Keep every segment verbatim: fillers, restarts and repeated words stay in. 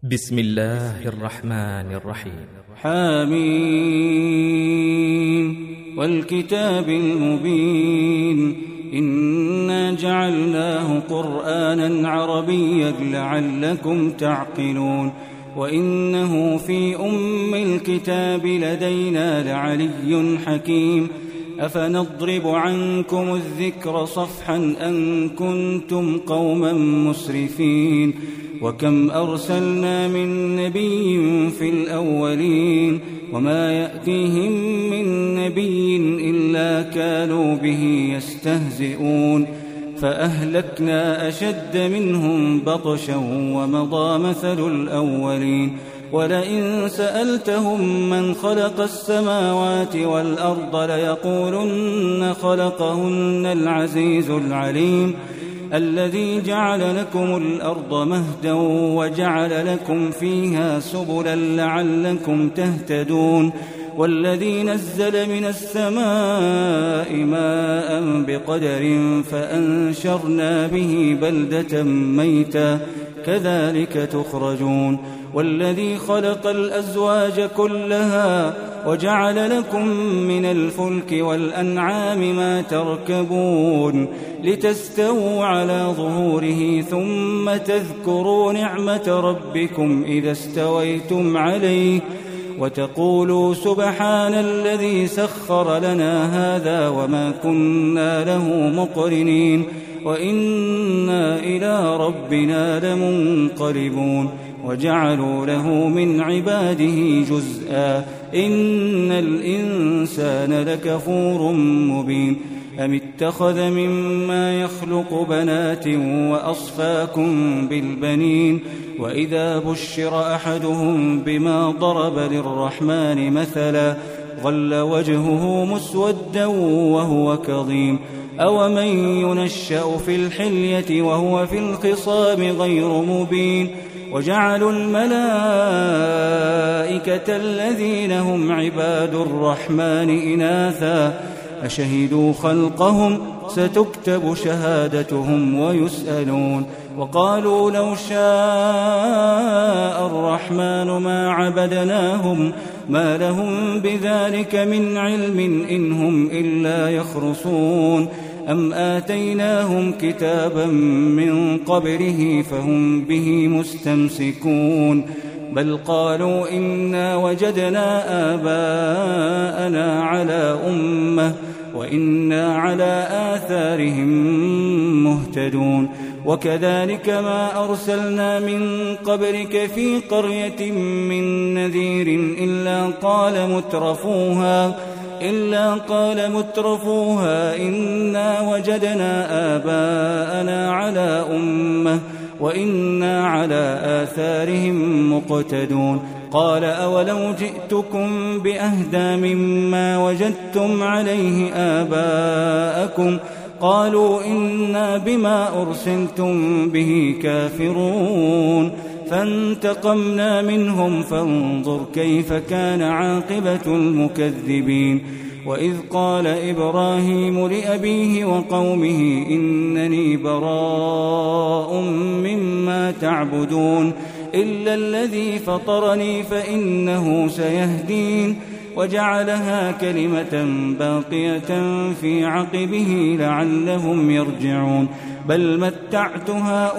بسم الله الرحمن الرحيم. حميم والكتاب المبين إنا جعلناه قرآنا عربيا لعلكم تعقلون وإنه في أم الكتاب لدينا لعلي حكيم أفنضرب عنكم الذكر صفحا أن كنتم قوما مسرفين وكم أرسلنا من نبي في الأولين وما يأتيهم من نبي إلا كانوا به يستهزئون فأهلكنا أشد منهم بطشا ومضى مثل الأولين ولئن سألتهم من خلق السماوات والأرض ليقولن خلقهن العزيز العليم الذي جعل لكم الأرض مهدا وجعل لكم فيها سبلا لعلكم تهتدون والذي نزل من السماء ماء بقدر فأنشرنا به بلدة ميتا كذلك تخرجون والذي خلق الأزواج كلها وجعل لكم من الفلك والأنعام ما تركبون لتستووا على ظهوره ثم تذكروا نعمة ربكم إذا استويتم عليه وتقولوا سبحان الذي سخر لنا هذا وما كنا له مقرنين وإنا إلى ربنا لمنقلبون وجعلوا له من عباده جزءا إن الإنسان لكفور مبين أم اتخذ مما يخلق بنات وأصفاكم بالبنين وإذا بشر أحدهم بما ضرب للرحمن مثلا ظل وجهه مسودا وهو كظيم أومن ينشأ في الحلية وهو في الخصام غير مبين وجعلوا الملائكة الذين هم عباد الرحمن إناثا أشهدوا خلقهم ستكتب شهادتهم ويسألون وقالوا لو شاء الرحمن ما عبدناهم ما لهم بذلك من علم إن هم إلا يخرصون أم آتيناهم كتابا من قبله فهم به مستمسكون بل قالوا إنا وجدنا آباءنا على أمة وإنا على آثارهم مهتدون وكذلك ما أرسلنا من قبلك في قرية من نذير إلا قال مترفوها إلا قال مترفوها إنا وجدنا آباءنا على أمة وإنا على آثارهم مقتدون قال أولو جئتكم بأهدى مما وجدتم عليه آباءكم قالوا إنا بما أرسلتم به كافرون فانتقمنا منهم فانظر كيف كان عاقبة المكذبين وإذ قال إبراهيم لأبيه وقومه إنني براء مما تعبدون إلا الذي فطرني فإنه سيهدين وجعلها كلمة باقية في عقبه لعلهم يرجعون بل متعت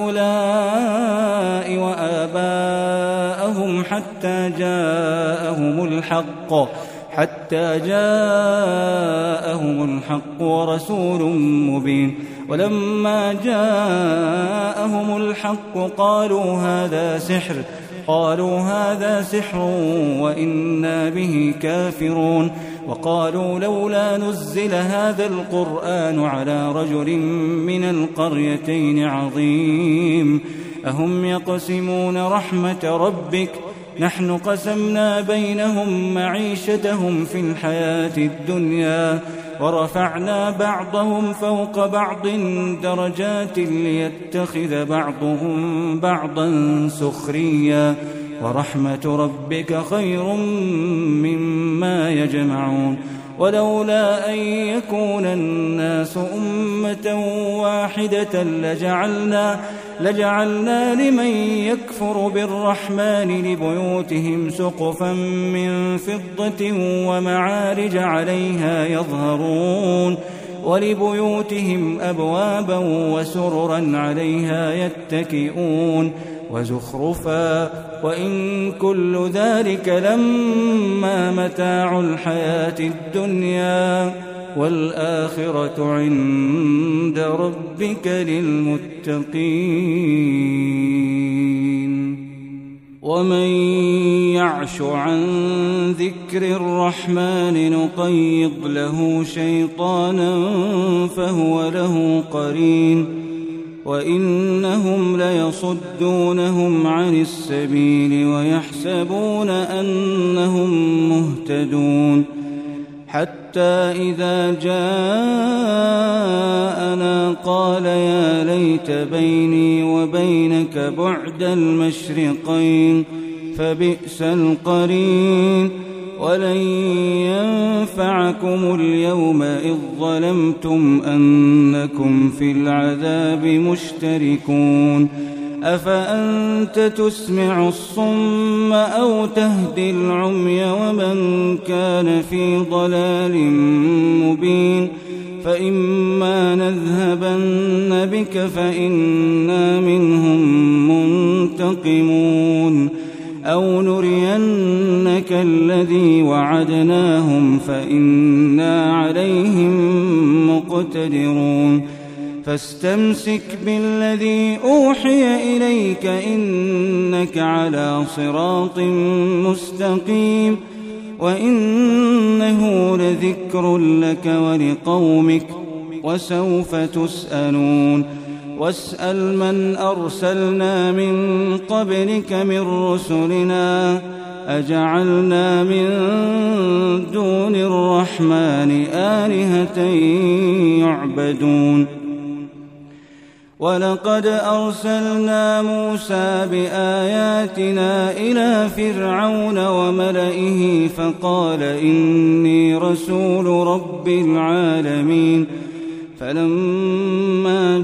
هؤلاء وآباءهم حتى جاءهم الحق حتى جاءهم الحق ورسول مبين ولما جاءهم الحق قالوا هذا سحر قالوا هذا سحر وإنا به كافرون وقالوا لولا نزل هذا القرآن على رجل من القريتين عظيم أهم يقسمون رحمة ربك نحن قسمنا بينهم معيشتهم في الحياة الدنيا ورفعنا بعضهم فوق بعض درجات ليتخذ بعضهم بعضا سخريا ورحمة ربك خير مما يجمعون ولولا أن يكون الناس أمة واحدة لجعلنا لجعلنا لمن يكفر بالرحمن لبيوتهم سقفا من فضة ومعارج عليها يظهرون ولبيوتهم أبوابا وسررا عليها يتكئون وزخرفا وإن كل ذلك لما متاع الحياة الدنيا والآخرة عند ربك للمتقين. ومن يعش عن ذكر الرحمن نقيض له شيطانا فهو له قرين وإنهم ليصدونهم عن السبيل ويحسبون أنهم مهتدون حتى إذا جاءنا قال يا ليت بيني وبينك بعد المشرقين فبئس القرين. ولن ينفعكم اليوم إذ ظلمتم أنكم في العذاب مشتركون أفأنت تسمع الصم أو تهدي العمي ومن كان في ضلال مبين فإما نذهبن بك فإنا منهم منتقمون أو نرينك الذي وعدناهم فإنا عليهم مقتدرون فاستمسك بالذي أوحي إليك إنك على صراط مستقيم وإنه لذكر لك ولقومك وسوف تسألون. واسأل من أرسلنا من قبلك من رسلنا أجعلنا من دون الرحمن آلهة يعبدون. ولقد أرسلنا موسى بآياتنا إلى فرعون وملئه فقال إني رسول رب العالمين فلما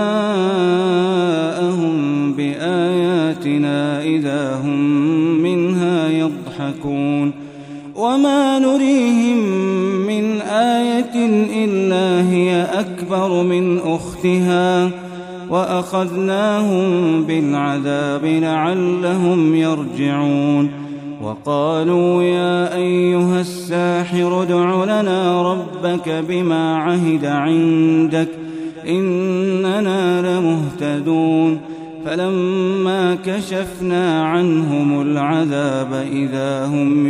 جاءهم بآياتنا إذا هم منها يضحكون وما نريهم من آية إلا هي أكبر من أختها وأخذناهم بالعذاب لعلهم يرجعون. وقالوا يا أيها الساحر ادع لنا ربك بما عهد عندك إننا لمهتدون فلما كشفنا عنهم العذاب إذا هم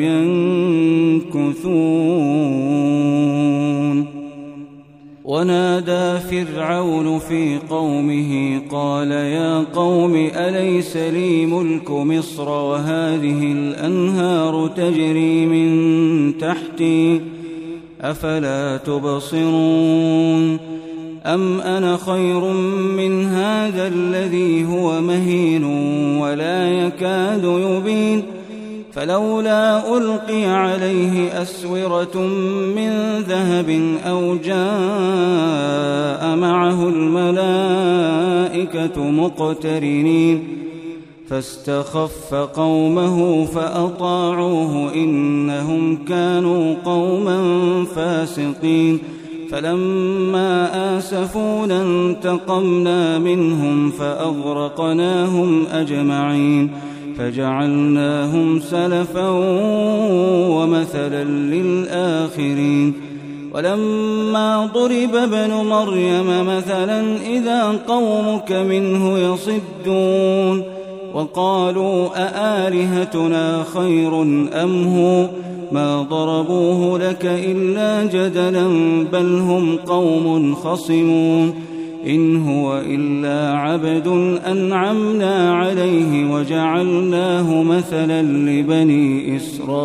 ينكثون. ونادى فرعون في قومه قال يا قوم أليس لي ملك مصر وهذه الأنهار تجري من تحتي أفلا تبصرون أم أنا خير من هذا الذي هو مهين ولا يكاد يبين فلولا ألقي عليه أسورة من ذهب أو جاء معه الملائكة مقترنين فاستخف قومه فأطاعوه إنهم كانوا قوما فاسقين فلما آسفونا انتقمنا منهم فأغرقناهم أجمعين فجعلناهم سلفا ومثلا للآخرين. ولما ضرب ابن مريم مثلا إذا قومك منه يصدون وقالوا أآلهتنا خير أم هو ما ضربوه لك إلا جدلا بل هم قوم خصمون إن هو إلا عبد أنعمنا عليه وجعلناه مثلا لبني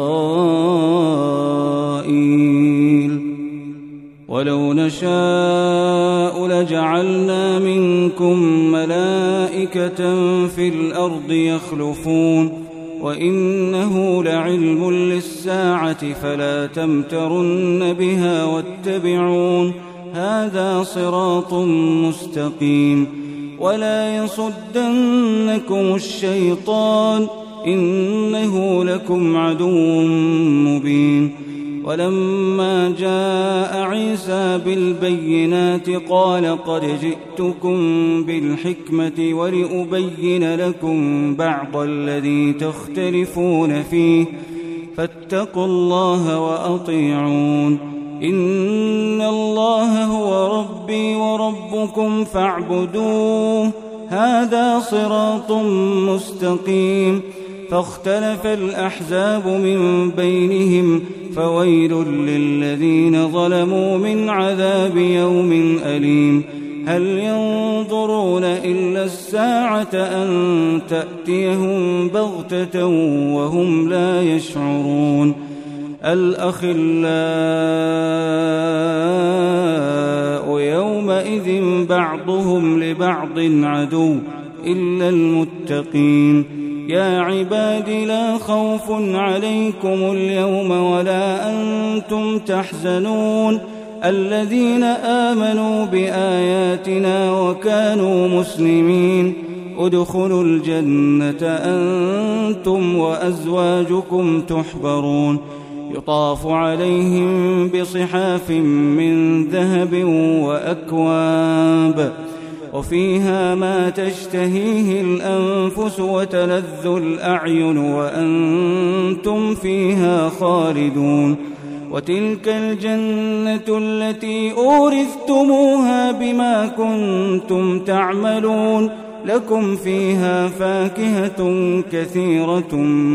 إسرائيل ولو نشاء لجعلنا منكم ملائكة في الأرض يخلفون وإنه لعلم للساعة فلا تمترن بها واتبعون هذا صراط مستقيم. ولا يصدنكم الشيطان إنه لكم عدو مبين. ولما جاء عيسى بالبينات قال قد جئتكم بالحكمة ولأبين لكم بعض الذي تختلفون فيه فاتقوا الله وأطيعون. إن الله هو ربي وربكم فاعبدوه هذا صراط مستقيم. فاختلف الأحزاب من بينهم فويل للذين ظلموا من عذاب يوم أليم. هل ينظرون إلا الساعة أن تأتيهم بغتة وهم لا يشعرون. الأخلاء يومئذ بعضهم لبعض عدو إلا المتقين. يا عباد لا خوف عليكم اليوم ولا أنتم تحزنون الذين آمنوا بآياتنا وكانوا مسلمين ادخلوا الجنة أنتم وأزواجكم تحبرون يطاف عليهم بصحاف من ذهب وأكواب وفيها ما تشتهيه الأنفس وتلذ الأعين وأنتم فيها خالدون. وتلك الجنة التي أورثتموها بما كنتم تعملون لكم فيها فاكهة كثيرة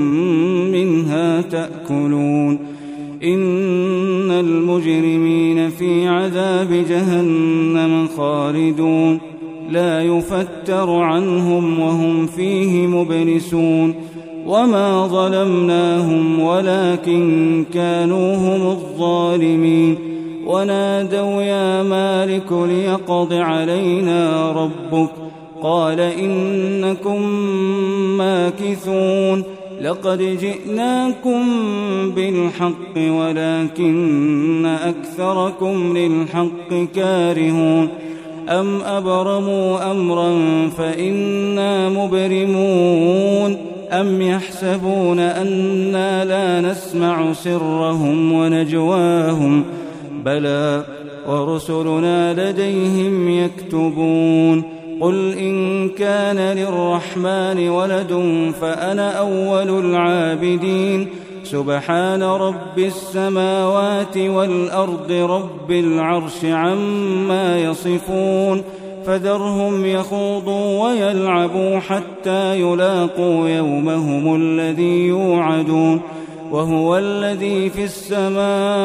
منها تأكلون. إن المجرمين في عذاب جهنم خالدون لا يفتر عنهم وهم فيه مبلسون. وما ظلمناهم ولكن كانوا هم الظالمين. ونادوا يا مالك ليقض علينا ربك قال إنكم ماكثون. لقد جئناكم بالحق ولكن أكثركم للحق كارهون. أم أبرموا أمرا فإنا مبرمون أم يحسبون أنا لا نسمع سرهم ونجواهم بلى ورسلنا لديهم يكتبون. قل إن كان للرحمن ولد فأنا أول العابدين سبحان رب السماوات والأرض رب العرش عما يصفون. فذرهم يخوضوا ويلعبوا حتى يلاقوا يومهم الذي يوعدون. وهو الذي في السماء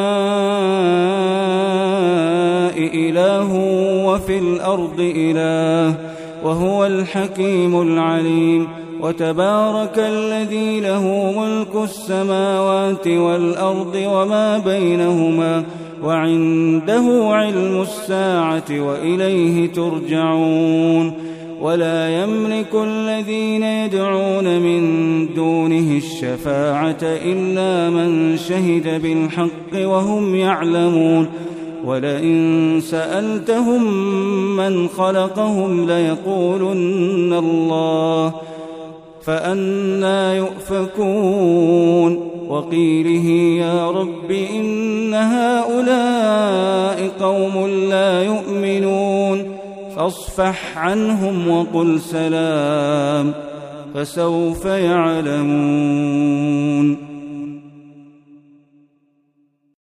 إله وفي الأرض إله وهو الحكيم العليم. وتبارك الذي له ملك السماوات والأرض وما بينهما وعنده علم الساعة وإليه ترجعون. ولا يملك الذين يدعون من دونه الشفاعة إلا من شهد بالحق وهم يعلمون. ولئن سألتهم من خلقهم ليقولن الله فأنى يؤفكون. وقيله يا رب إن هؤلاء قوم لا يؤمنون فاصفح عنهم وقل سلام فسوف يعلمون.